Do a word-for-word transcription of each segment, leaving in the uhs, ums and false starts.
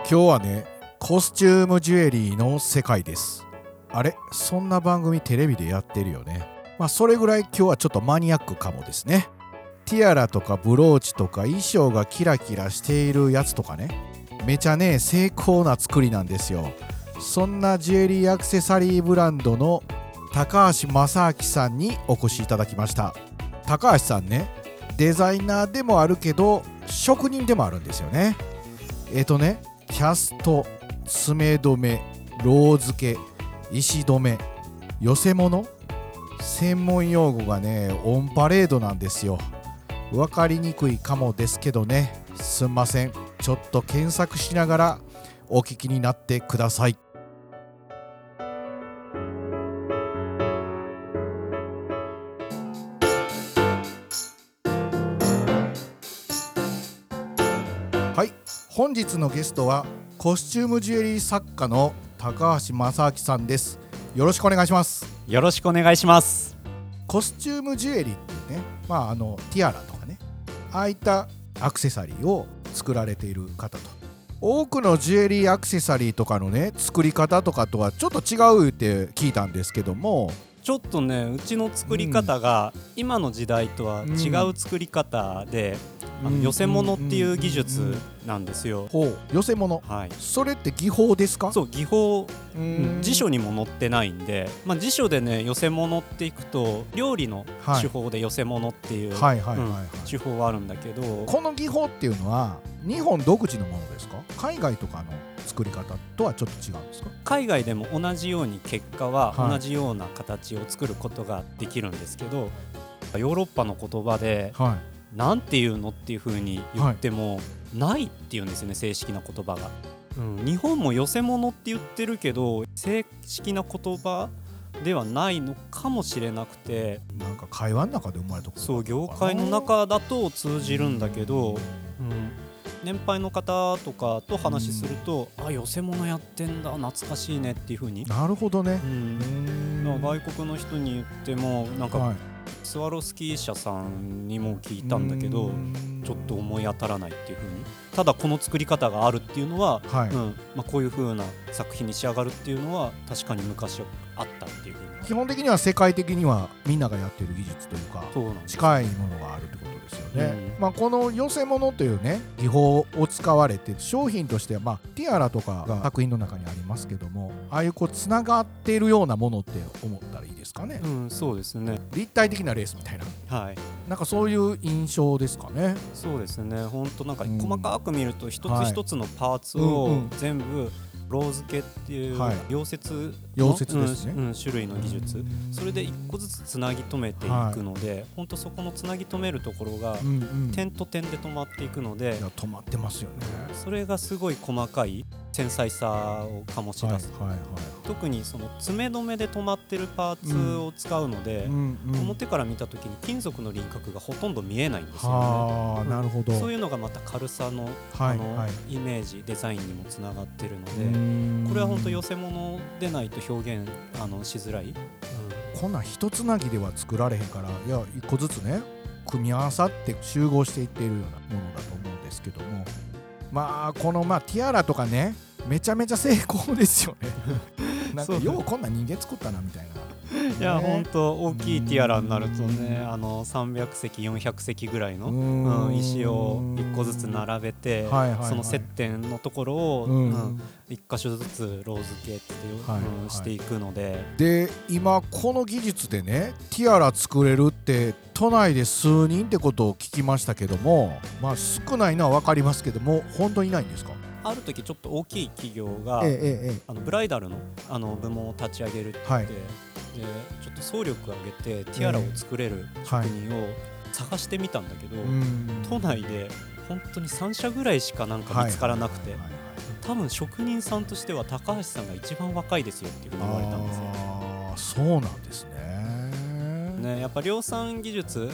今日はね、コスチュームジュエリーの世界です。あれ、そんな番組テレビでやってるよね。まあそれぐらい今日はちょっとマニアックかもですね。ティアラとかブローチとか衣装がキラキラしているやつとかね、めちゃね精巧な作りなんですよ。そんなジュエリーアクセサリーブランドの高橋正明さんにお越しいただきました。高橋さんね、デザイナーでもあるけど職人でもあるんですよね。えっとねキャスト、爪留め、ロー付け、石留め、寄せ物、専門用語がねオンパレードなんですよ。分かりにくいかもですけどね、すんません。ちょっと検索しながらお聞きになってください。はい、本日のゲストはコスチュームジュエリー作家の高橋正明さんです。よろしくお願いします。 よろしくお願いします。 コスチュームジュエリーっていうね、まああのティアラとかね、ああいったアクセサリーを作られている方と、多くのジュエリーアクセサリーとかのね作り方とかとはちょっと違うって聞いたんですけども、 ちょっとね、うちの作り方が今の時代とは違う作り方で、うん、あの寄せ物っていう技術なんですよ。 ほう、寄せ物、はい、それって技法ですか？ そう、技法、うん、辞書にも載ってないんで、まあ、辞書でね寄せ物っていくと料理の手法で寄せ物っていう手法はあるんだけど、 この技法っていうのは日本独自のものですか？海外とかの作り方とはちょっと違うんですか？ 海外でも同じように結果は同じような形を作ることができるんですけど、はい、ヨーロッパの言葉で、はい、なんていうのっていう風に言っても、はい、ないって言うんですよね、正式な言葉が、うん、日本も寄せ物って言ってるけど正式な言葉ではないのかもしれなくて、 なんか会話の中で生まれたことかな。 そう、業界の中だと通じるんだけど、うん、年配の方とかと話すると、あ、寄せ物やってんだ、懐かしいねっていう風に。 なるほどね、 うん、外国の人に言ってもなんか、はい、スワロスキー社さんにも聞いたんだけどちょっと思い当たらないっていう風に。ただこの作り方があるっていうのは、はい、うん、まあ、こういう風な作品に仕上がるっていうのは確かに昔はあったっていう風に。 基本的には世界的にはみんながやってる技術というか近いものがあるってことですよね、うん、まあ、この寄せ物というね技法を使われて商品としては、まあ、ティアラとかが作品の中にありますけども、ああいうこうつながっているようなものって思ったらいいですかね。 うん、そうですね。 立体的なレースみたいな、はい、なんかそういう印象ですかね。 そうですね。本当なんか細かく見ると一つ一つのパーツを全部ロー付けっていう溶接の、 溶接ですね、 うんうん、種類の技術、それで一個ずつつなぎ止めていくので、はい、本当そこのつなぎ止めるところが点と点で止まっていくので、 いや止まってますよね。 それがすごい細かい繊細さを醸し出す、はいはいはい、特にその爪止めで止まってるパーツを使うので、うんうんうん、表から見た時に金属の輪郭がほとんど見えないんですよね。 あ、なるほど。 そういうのがまた軽さの、はい、あの、はい、イメージデザインにもつながってるので、これは本当寄せ物でないと表現あのしづらい、うん、 こんなん一つなぎでは作られへんから、いや一個ずつね組み合わさって集合していっているようなものだと思うんですけども、まあこのまあティアラとかねめちゃめちゃ成功ですよねなんかようこんな人間作ったなみたいないや、本当大きいティアラになるとね、あのさんびゃくせきよんひゃくせきぐらいの、うん、石をいっこずつ並べて、はいはいはい、その接点のところを、うんうん、いっ箇所ずつロー付けっていう、はいはい、うん、していくので、 で今この技術でねティアラ作れるって都内で数人ってことを聞きましたけども、まあ少ないのは分かりますけども本当にいないんですか？ ある時ちょっと大きい企業が、ええええ、あのブライダル の, あの部門を立ち上げるって言って、はい、でちょっと総力を上げてティアラを作れる職人を探してみたんだけど、はい、都内で本当にさんしゃぐらいしかなんか見つからなくて、多分職人さんとしては高橋さんが一番若いですよっていうふうに言われたんですよ。 あ、そうなんですね。 ね、やっぱ量産技術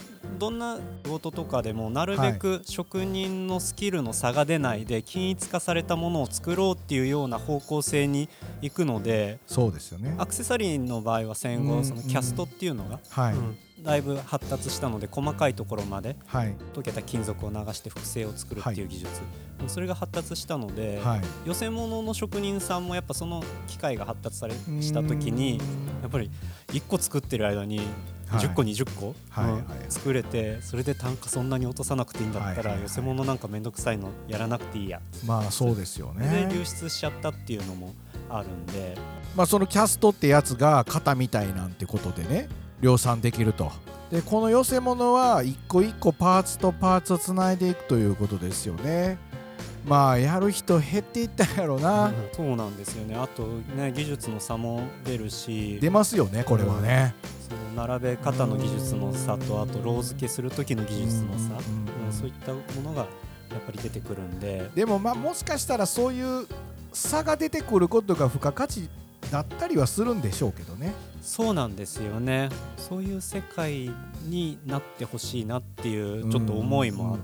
どんな仕事とかでもなるべく職人のスキルの差が出ないで均一化されたものを作ろうっていうような方向性に行くので、 そうですよね。 アクセサリーの場合は戦後そのキャストっていうのが、 はいうん、だいぶ発達したので細かいところまではい溶けた金属を流して複製を作るっていう技術、それが発達したので、 はい寄せ物の職人さんもやっぱその機械が発達されした時にやっぱりいっこ作ってる間にじゅっこにじゅっこ、 はいはいうん作れて、それで単価そんなに落とさなくていいんだったら、 はいはいはい寄せ物なんかめんどくさいのやらなくていいや、 まあそうですよそれね。 で流出しちゃったっていうのもあるんで、 まあそのキャストってやつが型みたいなんてことでね量産できると。でこの寄せ物は一個一個パーツとパーツをつないでいくということですよね。まあやる人減っていったんやろな、 うん、そうなんですよね。あとね技術の差も出るし、 出ますよねこれはね、 その並べ方の技術の差と、あとロー付けする時の技術の差、 うんうんうんうんそういったものがやっぱり出てくるんで、 でもまあもしかしたらそういう差が出てくることが付加価値だったりはするんでしょうけどね。 そうなんですよね。そういう世界になってほしいなっていうちょっと思いもあって、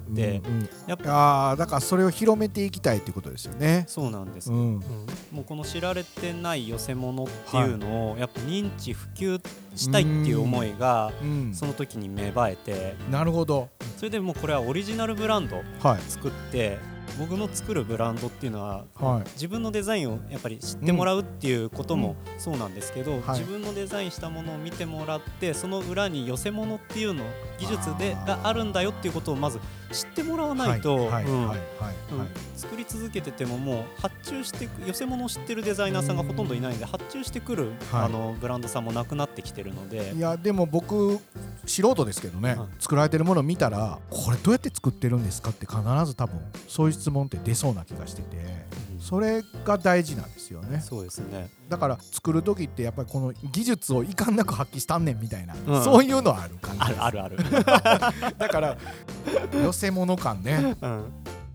やっぱあだからそれを広めていきたいっていうことですよね。 そうなんです、 うんうん、もうこの知られてない寄せ物っていうのをやっぱ認知普及したいっていう思いがうんその時に芽生えて、 なるほど。 それでもうこれはオリジナルブランドはい作って、僕の作るブランドっていうのは、 はい、 自分のデザインをやっぱり知ってもらうっていうこともそうなんですけど、 うんはい、 自分のデザインしたものを見てもらって、その裏に寄せ物っていうの技術でがあるんだよっていうことをまず知ってもらわないと作り続けててももう発注して寄せ物を知ってるデザイナーさんがほとんどいないんで、発注してくる、はい、あのブランドさんもなくなってきてるので。 いやでも僕素人ですけどね、はい、作られてるものを見たらこれどうやって作ってるんですかって必ず多分そういう質問って出そうな気がしてて、うん、それが大事なんですよね。 そうですね。 だから作る時ってやっぱりこの技術をいかんなく発揮したんねんみたいな、うん、そういうのはある感じです。 あるあるあるだから寄せ物感ね、 うん、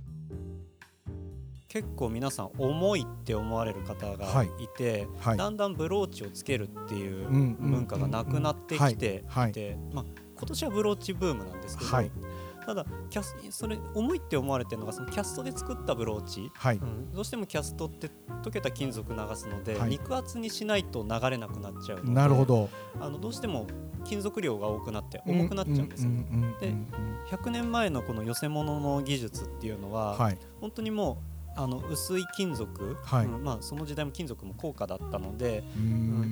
結構皆さん重いって思われる方がいて、はいはい、だんだんブローチをつけるっていう文化がなくなってきていて、まあ今年はブローチブームなんですけど、はい、ただキャスそれ重いって思われてるのがそのキャストで作ったブローチ、はいうん、どうしてもキャストって溶けた金属流すので、はい、肉厚にしないと流れなくなっちゃうので、 なるほど、 あのどうしても金属量が多くなって重くなっちゃうんですよ。でひゃくねんまえのこの寄せ物の技術っていうのは、はい、本当にもうあの薄い金属、はいうんまあ、その時代も金属も高価だったので、うん、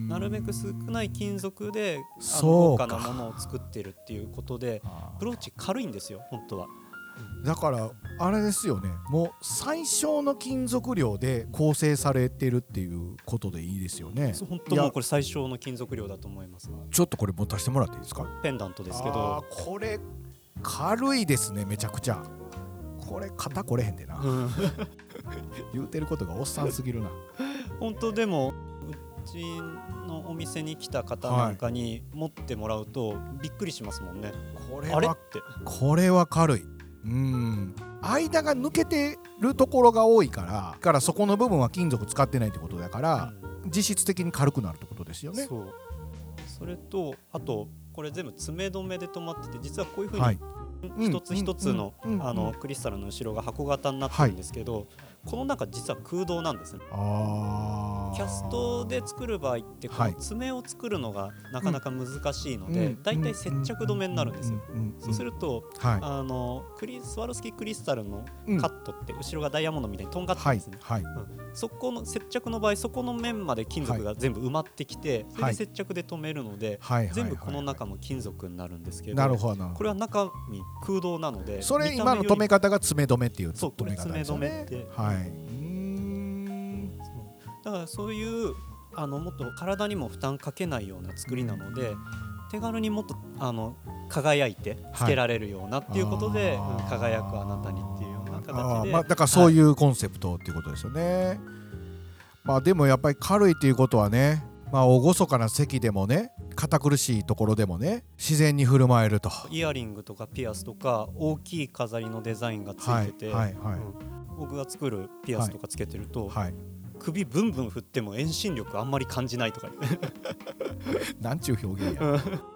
なるべく少ない金属であの高価なものを作ってるっていうことで、ブローチ軽いんですよ本当は。 だからあれですよね、もう最小の金属量で構成されてるっていうことでいいですよね。 本当もうこれ最小の金属量だと思います。 ちょっとこれ持たせてもらっていいですか。 ペンダントですけど、 あこれ軽いですねめちゃくちゃ。これ肩これへんでな、うん、言うてることがおっさんすぎるな本当。でもうちのお店に来た方なんかに持ってもらうとびっくりしますもんね、 これはあれってこれは軽い。うん間が抜けてるところが多いからからそこの部分は金属使ってないってことだから、うん、実質的に軽くなるってことですよね。 そうそれとあとこれ全部爪止めで止まってて、実はこういう風に、はい一つ一つのクリスタルの後ろが箱型になってるんですけど、はい、この中実は空洞なんですね。あキャストで作る場合ってこの爪を作るのがなかなか難しいので、だいたい接着止めになるんですよ。そうすると、はい、あのクリスワロスキークリスタルのカットって後ろがダイヤモンドみたいにとんがってるんですね、はいはいうん、そこの接着の場合そこの面まで金属が全部埋まってきて、それで接着で止めるので、はい、全部この中も金属になるんですけど、 なるほどこれは中身空洞なので、 それ今の止め方が爪止めっていう止め方ですよね。 そう、これ爪止めって、 はい、うーんだからそういうあのもっと体にも負担かけないような作りなので、手軽にもっとあの輝いてつけられるようなっていうことで、はい、輝くあなたにっていうような形で、 まあ、だからそういうコンセプトっていうことですよね、はい、まあでもやっぱり軽いっていうことはね、まあ厳かな席でもね堅苦しいところでもね自然に振る舞えると。 イヤリングとかピアスとか大きい飾りのデザインがついてて、はいはいはいうん、僕が作るピアスとかつけてると、はいはい、首ブンブン振っても遠心力あんまり感じないとかなんちゅう表現や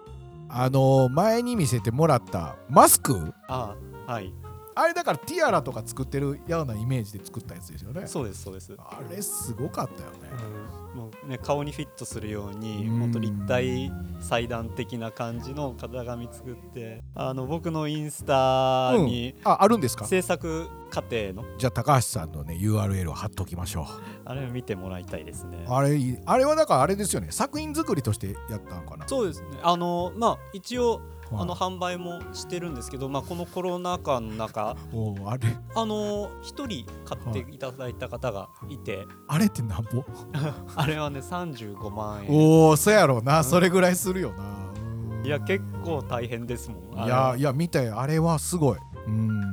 あの前に見せてもらったマスク、 あはいあれだからティアラとか作ってるようなイメージで作ったやつですよね。 そうですそうです。 あれすごかったよね、 うん、もうね顔にフィットするように本当立体裁断的な感じの型紙作って、あの僕のインスタに、 うん、あ, あるんですか制作過程の。 じゃあ高橋さんのね ユーアールエル を貼っときましょう。 あれを見てもらいたいですね。 あれあれはだからあれですよね、作品作りとしてやったのかな。 そうですね、あのまあ一応あの販売もしてるんですけど、まあ、このコロナ禍の中おあれあのひとり買っていただいた方がいて、 あれってなんぼあれはねさんじゅうごまんえん。 おおそやろうな、それぐらいするよな。 いや結構大変ですもん。 いやいや見て、あれはすごい。うん、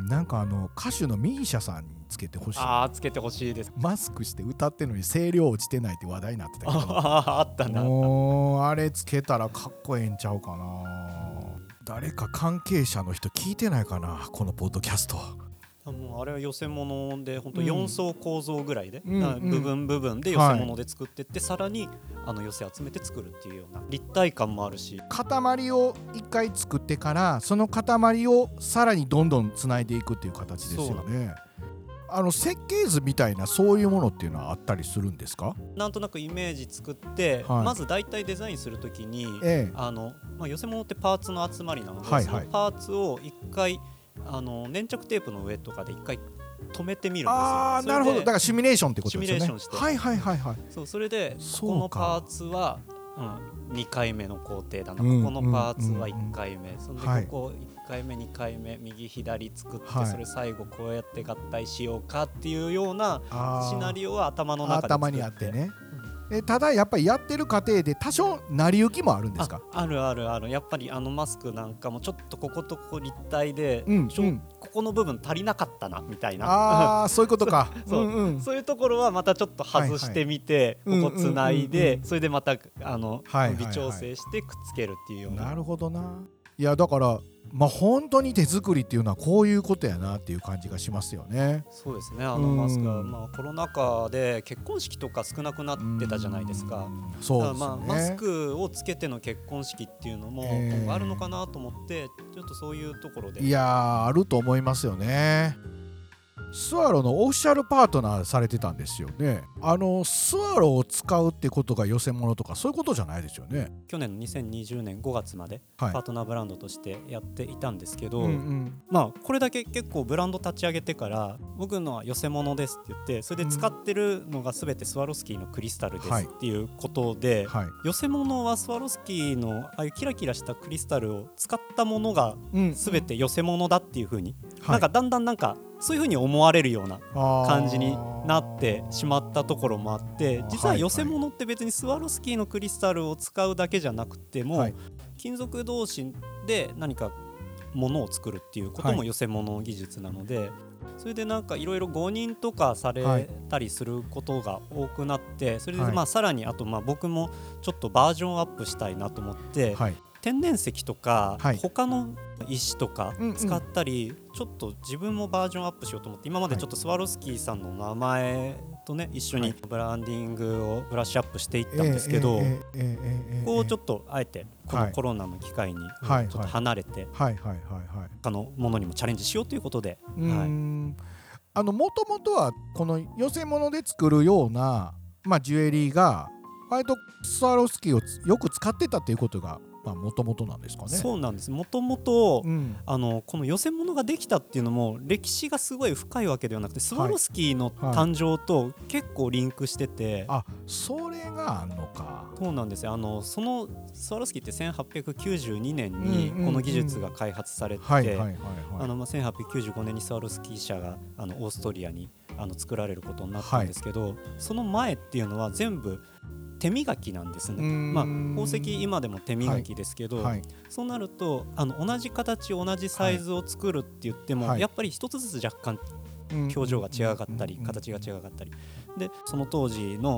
なんかあの歌手のミーシャさんにつけてほしい。 ああつけてほしいです。 マスクして歌ってるのに声量落ちてないって話題になってたけどああったな、 もうあれつけたらかっこええんちゃうかな。誰か関係者の人聞いてないかなこのポッドキャスト。 もうあれは寄せ物で本当よん層構造ぐらいで、 うんうん、 部分部分で寄せ物で作ってって、はい、さらにあの寄せ集めて作るっていうような立体感もあるし、 塊をいっかい作ってからその塊をさらにどんどんつないでいくっていう形ですよね。あの設計図みたいなそういうものっていうのはあったりするんですか？ なんとなくイメージ作って、はい、まず大体デザインするときに、ええあのまあ、寄せ物ってパーツの集まりなので、はいはい、そのパーツをいっかいあの粘着テープの上とかでいっかい止めてみるんですよ。 あーなるほど、だからシミュレーションってことですよね。 シミュレーションして、 はいはいはいはい。 そうそれでこのパーツは、うん、にかいめの工程だな、 うん、 ここのパーツはいっかいめ、うん、そんではい、 ここいっかいめにかいめ右左作って、はい、それ最後こうやって合体しようかっていうようなシナリオは頭の中で作って、 頭にあってね、えただやっぱりやってる過程で多少成り行きもあるんですか？ あ, あるあるある。やっぱりあのマスクなんかもちょっとこことここ立体で、うんうん、ここの部分足りなかったなみたいな、 あそういうことかそう、うんうん、そういうところはまたちょっと外してみて、はいはい、ここつないで、うんうんうん、それでまたあの、はいはいはい、微調整してくっつけるっていうような。 なるほどな。いやだからまあ本当に手作りっていうのはこういうことやなっていう感じがしますよね。 そうですね、あのマスクは、まあ、コロナ禍で結婚式とか少なくなってたじゃないですか。 そうですね、 まあ、マスクをつけての結婚式っていうのも今後あるのかなと思って、ちょっとそういうところで。 いやあると思いますよね。スワローのオフィシャルパートナーされてたんですよね。あのスワローを使うってことが寄せ物とかそういうことじゃないですよね。 去年のにせんにじゅうねんごがつまでパートナーブランドとしてやっていたんですけど、 はいうんうん、 まあこれだけ結構ブランド立ち上げてから僕のは寄せ物ですって言って、それで使ってるのが全てスワロスキーのクリスタルですっていうことで、はいはい、寄せ物はスワロスキーのああいうキラキラしたクリスタルを使ったものが全て寄せ物だっていう風に、うん、なんかだんだんなんかそういう風に思われるような感じになってしまったところもあって、実は寄せ物って別にスワロスキーのクリスタルを使うだけじゃなくても、はい、金属同士で何かものを作るっていうことも寄せ物技術なので、はい、それでなんかいろいろ誤認とかされたりすることが多くなって、それでまあさらにあとまあ僕もちょっとバージョンアップしたいなと思って、はい、天然石とか他の石とか使ったり、ちょっと自分もバージョンアップしようと思って、今までちょっとスワロスキーさんの名前とね一緒にブランディングをブラッシュアップしていったんですけど、こうちょっとあえてこのコロナの機会にちょっと離れて他のものにもチャレンジしようということで、もともとはこの寄せ物で作るような、まあ、ジュエリーが割とスワロスキーをよく使ってたっていうことがもともとなんですかね。 そうなんです。もともとこの寄せ物ができたっていうのも歴史がすごい深いわけではなくて、スワロスキーの誕生と結構リンクしてて、 はいはい、あそれがあんのか。 そうなんですよ。あのそのスワロスキーってせんはっぴゃくきゅうじゅうにねんにこの技術が開発されて、せんはっぴゃくきゅうじゅうごねんにスワロスキー社があのオーストリアにあの作られることになったんですけど、はい、その前っていうのは全部手磨きなんですね。まあ、宝石今でも手磨きですけど、はいはい、そうなるとあの同じ形同じサイズを作るって言っても、はい、やっぱり一つずつ若干表情が違かったり形が違かったりで、その当時の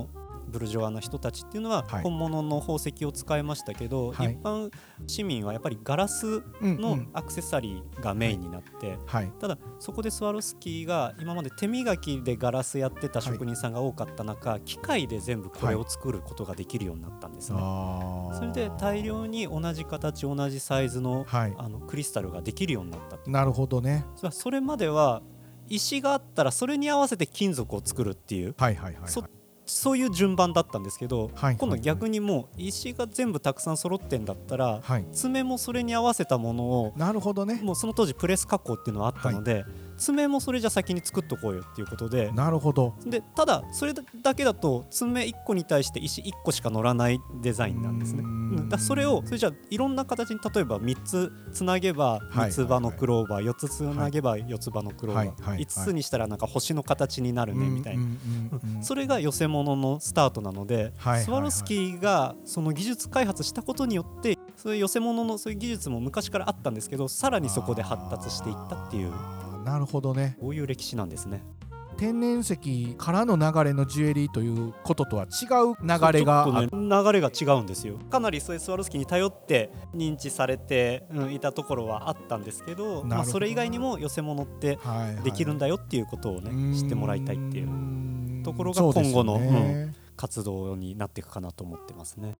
ブルジョワの人たちっていうのは本物の宝石を使いましたけど、はい、一般市民はやっぱりガラスのアクセサリーがメインになって、はい、ただそこでスワロフスキーが今まで手磨きでガラスやってた職人さんが多かった中、はい、機械で全部これを作ることができるようになったんですね、はい、それで大量に同じ形同じサイズの、はい、あのクリスタルができるようになった。 なるほどね。 それまでは石があったらそれに合わせて金属を作るっていう、はいはいはいはい、そそういう順番だったんですけど、はいはいはい、今度逆にもう石が全部たくさん揃ってんだったら、はい、爪もそれに合わせたものを、 なるほどね、 もうその当時プレス加工っていうのはあったので、はい、爪もそれじゃ先に作っとこうよっていうことで、 なるほど。 でただそれだけだと爪いっこに対して石いっこしか乗らないデザインなんですね。だそれをそれじゃあいろんな形に、例えばみっつつなげば三つ葉のクローバー、はいはいはい、よっつつなげばよつ葉のクローバー、はいはいはい、いつつにしたらなんか星の形になるねみたいな、それが寄せ物のスタートなので、はいはいはい、スワロフスキーがその技術開発したことによってそういう寄せ物のそういう技術も昔からあったんですけど、さらにそこで発達していったっていう、 なるほどね、 こういう歴史なんですね。 天然石からの流れのジュエリーということとは違う流れが、 ちょっとね、流れが違うんですよ。かなりそういうスワロフスキーに頼って認知されて、うん、いたところはあったんですけど、まあ、それ以外にも寄せ物ってできるんだよっていうことをね、はいはい、知ってもらいたいっていうところが今後の、ね、うん、活動になっていくかなと思ってますね。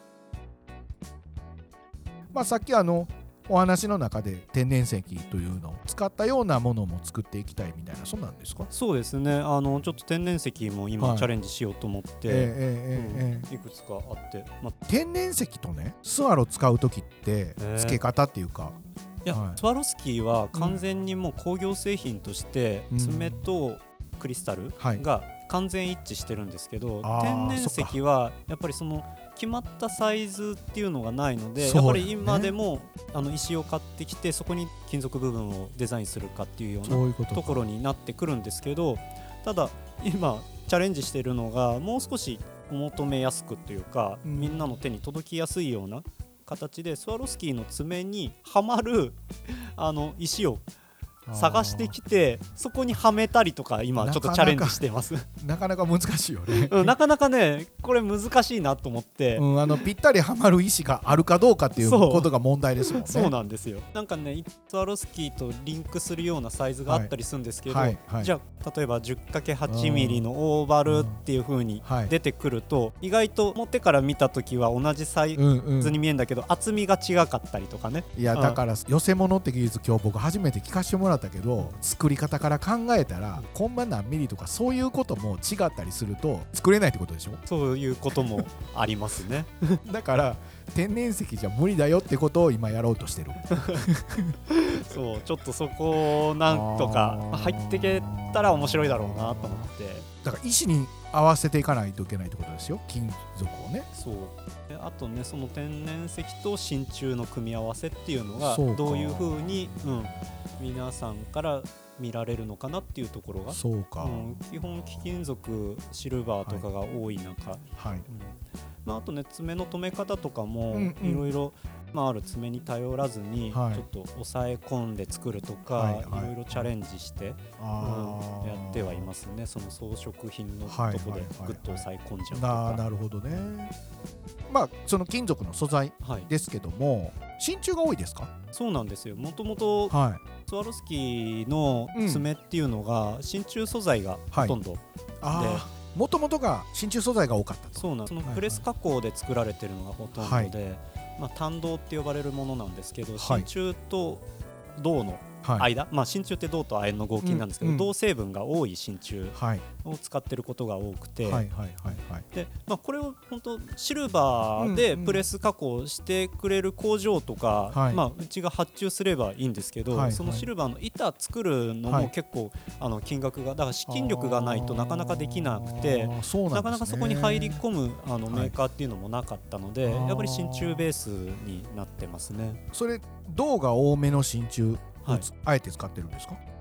まあ、さっきあのお話の中で天然石というのを使ったようなものも作っていきたいみたいな、そうなんですか？ そうですね、あのちょっと天然石も今、はい、チャレンジしようと思って、えーえーえーうん、いくつかあって、ま、 天然石とねスワロ使う時って付け方っていうか、 いや、はい、スワロフスキーは完全にもう工業製品として爪とクリスタルが完全一致してるんですけど、はい、天然石はやっぱりその決まったサイズっていうのがないので、ね、やっぱり今でもあの石を買ってきてそこに金属部分をデザインするかっていうようなところになってくるんですけど、ただ今チャレンジしているのがもう少しお求めやすくというか、うん、みんなの手に届きやすいような形でスワロフスキーの爪にはまるあの石を探してきてそこにはめたりとか今ちょっとチャレンジしてますなかなか難しいよね、 うん、なかなかねこれ難しいなと思って、 うん、あのぴったりはまる石があるかどうかっていうことが問題ですもんね。 そうなんですよ。なんかねスワロフスキーとリンクするようなサイズがあったりするんですけど、はいはいはい、じゃあ例えば じゅうかけるはちミリ のオーバルっていう風に出てくると、意外と表から見た時は同じサイズに見えるんだけど、うんうん、厚みが違かったりとかね。 いやだから寄せ物って技術今日僕初めて聞かせてもらったけど、作り方から考えたらコンマ何ミリとかそういうことも違ったりすると作れないってことでしょ。 そういうこともありますねだから天然石じゃ無理だよってことを今やろうとしてるそうちょっとそこをなんとか入ってけたら面白いだろうなと思って、 だから石に合わせていかないといけないってことですよ、金属をね。 そうであとねその天然石と真鍮の組み合わせっていうのがどういう風に、うん、皆さんから見られるのかなっていうところが、 そうか、うん、 基本貴金属シルバーとかが多い中、はいはい、うん、まあ、あとね爪の留め方とかもいろいろある爪に頼らずにちょっと抑え込んで作るとかいろいろチャレンジして、はい、うん、やってはいますね。その装飾品のとこでグッと抑え込んじゃうとか、 はいはいはい、なるほどね。まあその金属の素材ですけども、はい、真鍮が多いですか？ そうなんですよ。もともとスワロフスキーの爪っていうのが真鍮素材がほとんどで、 もともとが真鍮素材が多かったと。 そうなんです。そのプレス加工で作られてるのがほとんどで、はい、まあ、単銅って呼ばれるものなんですけど、真鍮と銅の間、はい、まあ、真鍮って銅と亜鉛の合金なんですけど、うんうん、銅成分が多い真鍮を使ってることが多くて、はいはいはいはい、で、まあ、これを本当シルバーでプレス加工してくれる工場とか、うんうん、まあ、うちが発注すればいいんですけど、はいはい、そのシルバーの板作るのも結構、はい、あの金額がだから資金力がないとなかなかできなくて、な, ね、なかなかそこに入り込むあのメーカーっていうのもなかったので、はい、やっぱり真鍮ベースになってますね。 それ銅が多めの真鍮、はい、あえて使ってるんですか？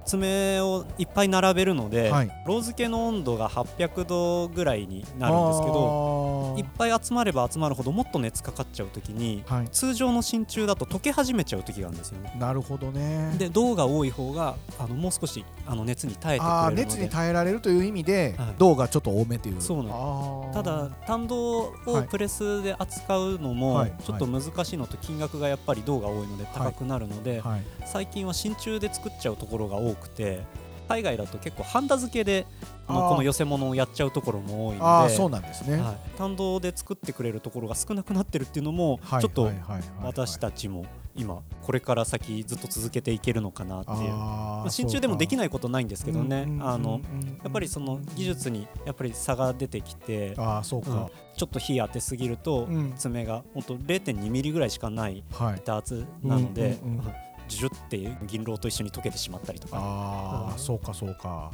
爪をいっぱい並べるので、 はい、 ロー付けの温度がはっぴゃくどぐらいになるんですけど、いっぱい集まれば集まるほどもっと熱かかっちゃうときに、はい、通常の真鍮だと溶け始めちゃうときがあるんですよね。 なるほどね。で銅が多い方があのもう少しあの熱に耐えてくれるので、 熱に耐えられるという意味で、はい、銅がちょっと多めという。 そうなんです。ただ単銅をプレスで扱うのも、はい、ちょっと難しいのと金額がやっぱり銅が多いので高くなるので、はいはい、最近は真鍮で作っちゃうところが多くて、海外だと結構ハンダ付けであのこの寄せ物をやっちゃうところも多いので、 あそうなんですね、 はい、単銅で作ってくれるところが少なくなってるっていうのも、はい、ちょっと私たちも今これから先ずっと続けていけるのかなっていう、まあ、真鍮でもできないことないんですけどね、あのやっぱりその技術にやっぱり差が出てきて、 あそうか、うん、 ちょっと火当てすぎると爪が本当 ゼロてんにミリぐらいしかない板厚なので、ジュジュって銀蝋と一緒に溶けてしまったりとか。 ああ、うん、そうかそうか。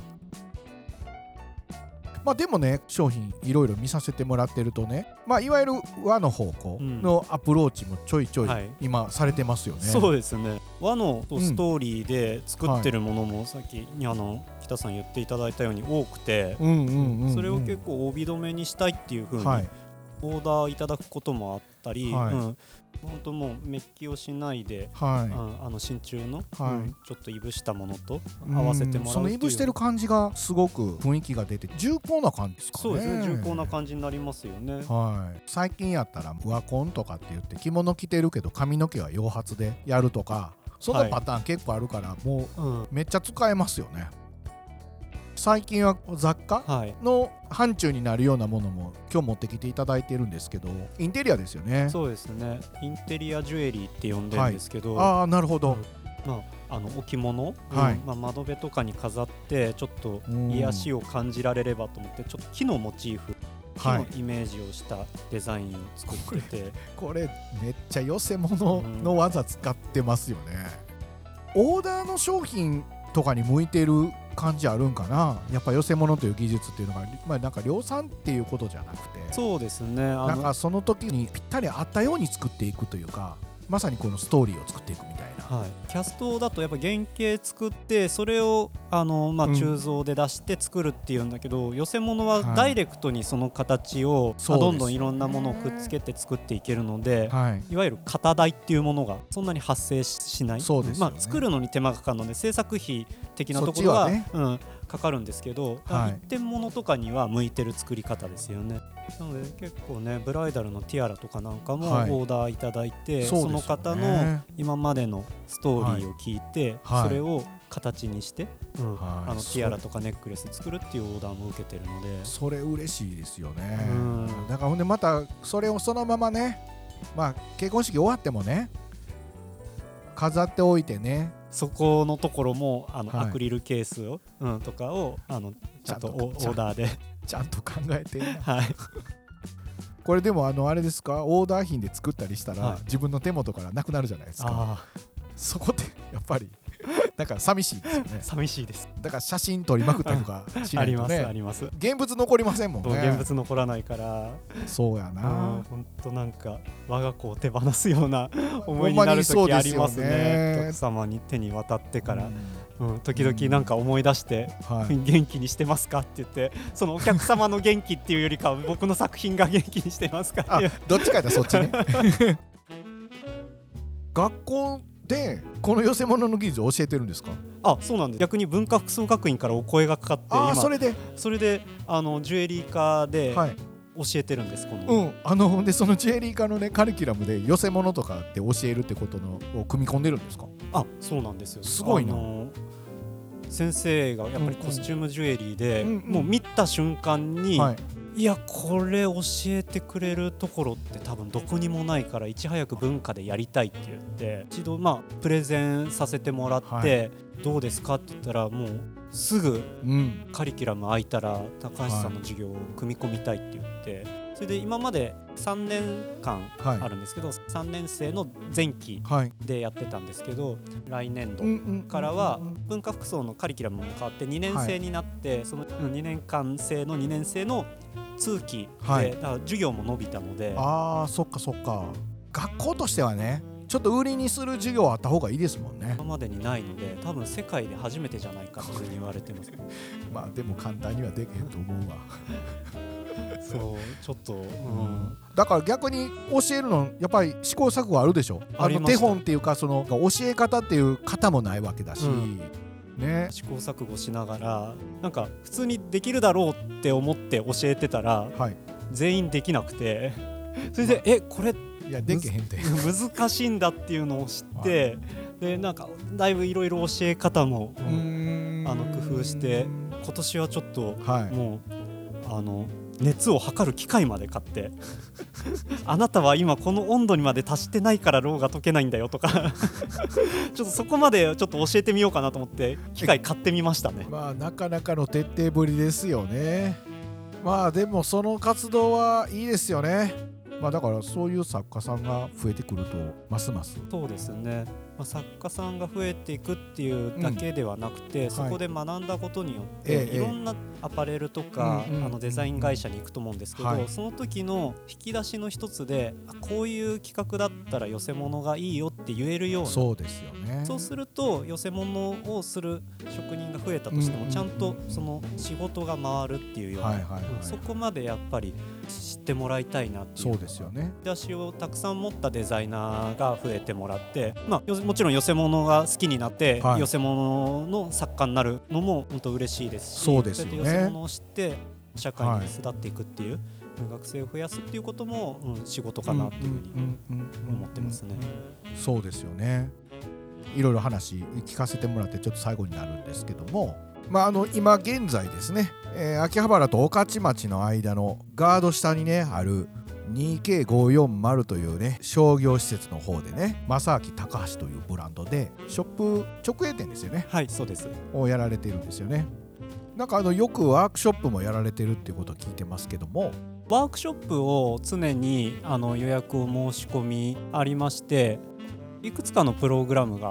まあでもね、商品いろいろ見させてもらってるとね、まあいわゆる和の方向のアプローチもちょいちょい今されてますよね、 はい、そうですね。和のストーリーで作ってるものもさっきにあの北さん言っていただいたように多くて、それを結構帯留めにしたいっていう風にオーダーいただくこともあったり、はい、うん、本当もうメッキをしないで、はい、あの真鍮の、はい、うん、ちょっといぶしたものと合わせてもらうっていう、 そのいぶしてる感じがすごく雰囲気が出て重厚な感じですかね。 そうですね、重厚な感じになりますよね、 はい、最近やったら和婚とかって言って着物着てるけど髪の毛は洋髪でやるとか、そのパターン結構あるから、もうめっちゃ使えますよね、うん、最近は雑貨の範疇になるようなものも今日持ってきていただいてるんですけど、インテリアですよね。 そうですね、インテリアジュエリーって呼んでるんですけど、 はい、ああなるほど、 うん、まあ、あの置物、はい、うん、まあ、窓辺とかに飾ってちょっと癒しを感じられればと思って、ちょっと木のモチーフ、木のイメージをしたデザインを作ってて、 これ、これめっちゃ寄せ物の技使ってますよね、うん、オーダーの商品とかに向いてる感じあるんかな。やっぱ寄せ物という技術っていうのが、まあ、なんか量産っていうことじゃなくて、 そうですね、あのなんかその時にぴったり合ったように作っていくというか、まさにこのストーリーを作っていくみたいな、 はい、キャストだとやっぱ原型作ってそれをあの、まあ、鋳造で出して作るっていうんだけど、うん、寄せ物はダイレクトにその形を、はい、どんどんいろんなものをくっつけて作っていけるので、はい、いわゆる型代っていうものがそんなに発生しない。 そうですよね、 まあ、作るのに手間がかかるので制作費的なところは、ね、うん、かかるんですけど、はい、一点物とかには向いてる作り方ですよね。なので結構ね、ブライダルのティアラとかなんかもオーダーいただいて、はい、そ, その方の今までのストーリーを聞いて、はい、それを形にして、うん、はい、あのティアラとかネックレス作るっていうオーダーも受けてるので、 それ嬉しいですよね、うん、だからほんでまたそれをそのままね、まあ、結婚式終わってもね飾っておいてね、 そこのところもあの、はい、アクリルケースを、うん、とかをあのちゃんとオーダーでちゃんと考えて、 はい、 これでもあのあれですか、オーダー品で作ったりしたら、はい、自分の手元からなくなるじゃないですか。そこってやっぱりだから寂しいですよね。 寂しいです。 だから写真撮りまくったりとかしないとね、 ありますあります。 現物残りませんもんね。 現物残らないから。 そうやな。 本当なんか我が子を手放すような思いになる時ありますね。奥様に手に渡ってから、うんうん、時々なんか思い出して、うん、元気にしてますかって言って、そのお客様の元気っていうよりかは僕の作品が元気にしてますかっていう。 どっちかとそっちね。学校でこの寄せ物の技術を教えてるんですか？ あ、そうなんです。逆に文化服装学院からお声がかかって、 あ、今それでそれであのジュエリー科で教えてるんです、はい、この、 うん、あのでそのジュエリー科のねカリキュラムで寄せ物とかって教えるってことのを組み込んでるんですか？ あ、そうなんですよ。 すごいな。 あの先生がやっぱりコスチュームジュエリーで、うんうん、もう見た瞬間に、はい、いやこれ教えてくれるところって多分どこにもないからいち早く文化でやりたいって言って一度まあプレゼンさせてもらって、はい、どうですかって言ったらもうすぐカリキュラム空いたら高橋さんの授業を組み込みたいって言って、それで今までさんねんかんあるんですけど、はい、さんねん生の前期でやってたんですけど、はい、来年度からは文化服装のカリキュラムも変わってにねん生になって、はい、そのにねんかん生のにねん生の通期で、はい、だから授業も伸びたので。 あー、そっかそっか。学校としてはねちょっと売りにする事業あった方がいいですもんね。 今までにないので多分世界で初めてじゃないかというふうに言われてますまあでも簡単にはできへんと思うわそうちょっと、うん、 だから逆に教えるのやっぱり試行錯誤あるでしょ。あの手本っていうかその教え方っていう型もないわけだし、うんね、 試行錯誤しながらなんか普通にできるだろうって思って教えてたら、はい、全員できなくてそれで、まあ、えこれいやできへんて難しいんだっていうのを知って、はい、でなんかだいぶいろいろ教え方も、うん、あの工夫して今年はちょっと、はい、もうあの熱を測る機械まで買ってあなたは今この温度にまで達してないからろうが溶けないんだよとかちょっとそこまでちょっと教えてみようかなと思って機械買ってみましたね。 まあなかなかの徹底ぶりですよね。まあでもその活動はいいですよね。まあだからそういう作家さんが増えてくるとますますそうですね、まあ、作家さんが増えていくっていうだけではなくて、うん、そこで学んだことによって、はい、いろんなアパレルとか、ええ、あのデザイン会社に行くと思うんですけど、はい、その時の引き出しの一つでこういう企画だったら寄せ物がいいよって言えるような。 そうですよね。 そうすると寄せ物をする職人が増えたとしてもちゃんとその仕事が回るっていうような、そこまでやっぱり知ってもらいたいなっていう。 そうですよね。 引き出しをたくさん持ったデザイナーが増えてもらって、まあ、もちろん寄せ物が好きになって、はい、寄せ物の作家になるのも本当嬉しいですし、 そうですよね。 そうやって寄せ物を知って社会に巣立っていくっていう、はい、学生を増やすっていうことも、うん、仕事かなっていうふうに思ってますね。 そうですよね。いろいろ話聞かせてもらってちょっと最後になるんですけども、まあ、あの今現在ですね、えー、秋葉原と御徒町の間のガード下にねある にケーごひゃくよんじゅう というね商業施設の方でね、正明高橋というブランドでショップ直営店ですよね。 はい、そうです。 をやられてるんですよね。なんかあのよくワークショップもやられてるっていうことを聞いてますけども、 ワークショップを常にあの予約を申し込みありまして、いくつかのプログラムがあって、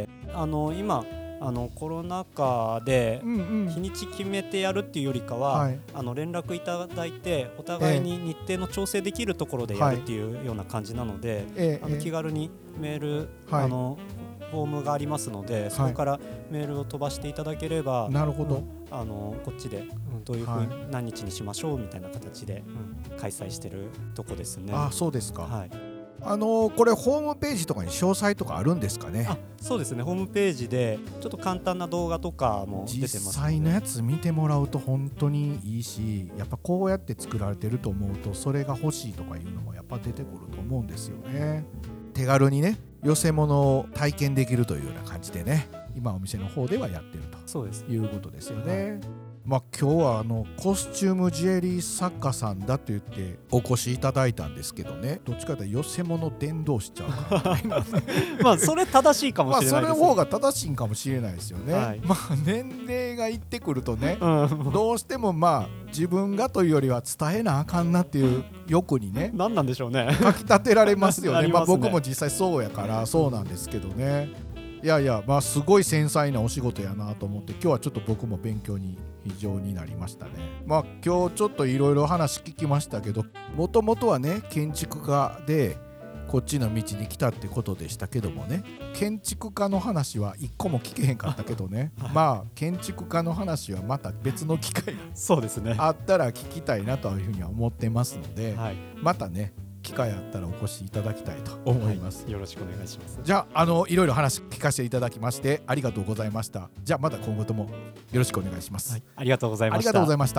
あの今あのコロナ禍で日にち決めてやるっていうよりかは、うんうん、あの連絡いただいてお互いに日程の調整できるところでやるっていうような感じなので、えー、あの気軽にメール、はい、あのフォームがありますので、そこからメールを飛ばしていただければ、はい、 なるほど、 うん、あのこっちで、うん、どういうふうに、はい、何日にしましょうみたいな形で、うん、開催してるとこですね。 あ、そうですか。 はい、 あのー、これホームページとかに詳細とかあるんですかね。 あ、そうですね、ホームページでちょっと簡単な動画とかも出てます、ね、 実際のやつ見てもらうと本当にいいし、やっぱこうやって作られてると思うとそれが欲しいとかいうのもやっぱ出てくると思うんですよね。手軽にね寄せ物を体験できるというような感じでね、今お店の方ではやってるとそうですいうことですよね。はい、まあ、今日はあのコスチュームジュエリー作家さんだと言ってお越しいただいたんですけどね、どっちかというと寄せ物伝道しちゃうから、ね、 まあそれ正しいかもしれないです、ね、 まあそれの方が正しいかもしれないですよね。はい、まあ年齢がいってくるとね、うん、どうしてもまあ自分がというよりは伝えなあかんなっていう欲にね、 何なんでしょうね、 かき立てられますよね。まあ僕も実際そうやからそうなんですけどね。いやいや、まあすごい繊細なお仕事やなと思って、今日はちょっと僕も勉強に非常になりましたね。まあ今日ちょっといろいろ話聞きましたけど、もともとはね建築家でこっちの道に来たってことでしたけどもね、建築家の話は一個も聞けへんかったけどね、はい、まあ建築家の話はまた別の機会がそうですねあったら聞きたいなというふうには思ってますので、はい、またね機会あったらお越しいただきたいと思います、 はい、よろしくお願いします。 じゃあ、あのいろいろ話聞かせていただきましてありがとうございました。じゃあまた今後ともよろしくお願いします、はい、 ありがとうございました。 ありがとうございました。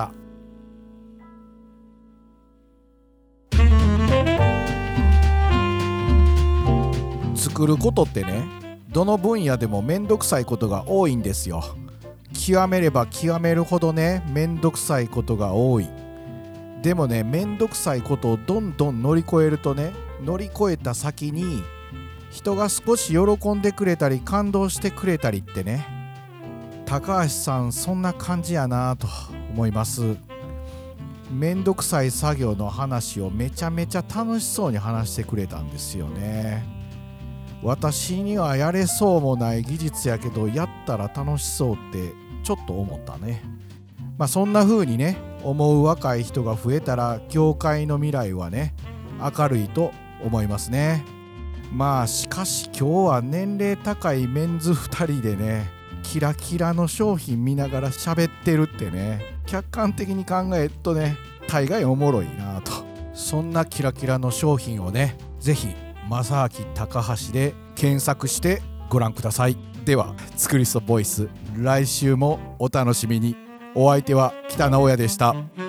作ることってね、どの分野でもめんどくさいことが多いんですよ。極めれば極めるほどねめんどくさいことが多い。でもね、めんどくさいことをどんどん乗り越えるとね、乗り越えた先に人が少し喜んでくれたり感動してくれたりってね、高橋さんそんな感じやなと思います。めんどくさい作業の話をめちゃめちゃ楽しそうに話してくれたんですよね。私にはやれそうもない技術やけどやったら楽しそうってちょっと思ったね。まあそんな風にね思う若い人が増えたら業界の未来はね明るいと思いますね。 まあしかし今日は年齢高いメンズふたりでね、キラキラの商品見ながら喋ってるってね、客観的に考えるとね、大概おもろいなと。そんなキラキラの商品をね、ぜひ正明高橋で検索してご覧ください。ではツクリストボイス、来週もお楽しみに。お相手は北直哉でした。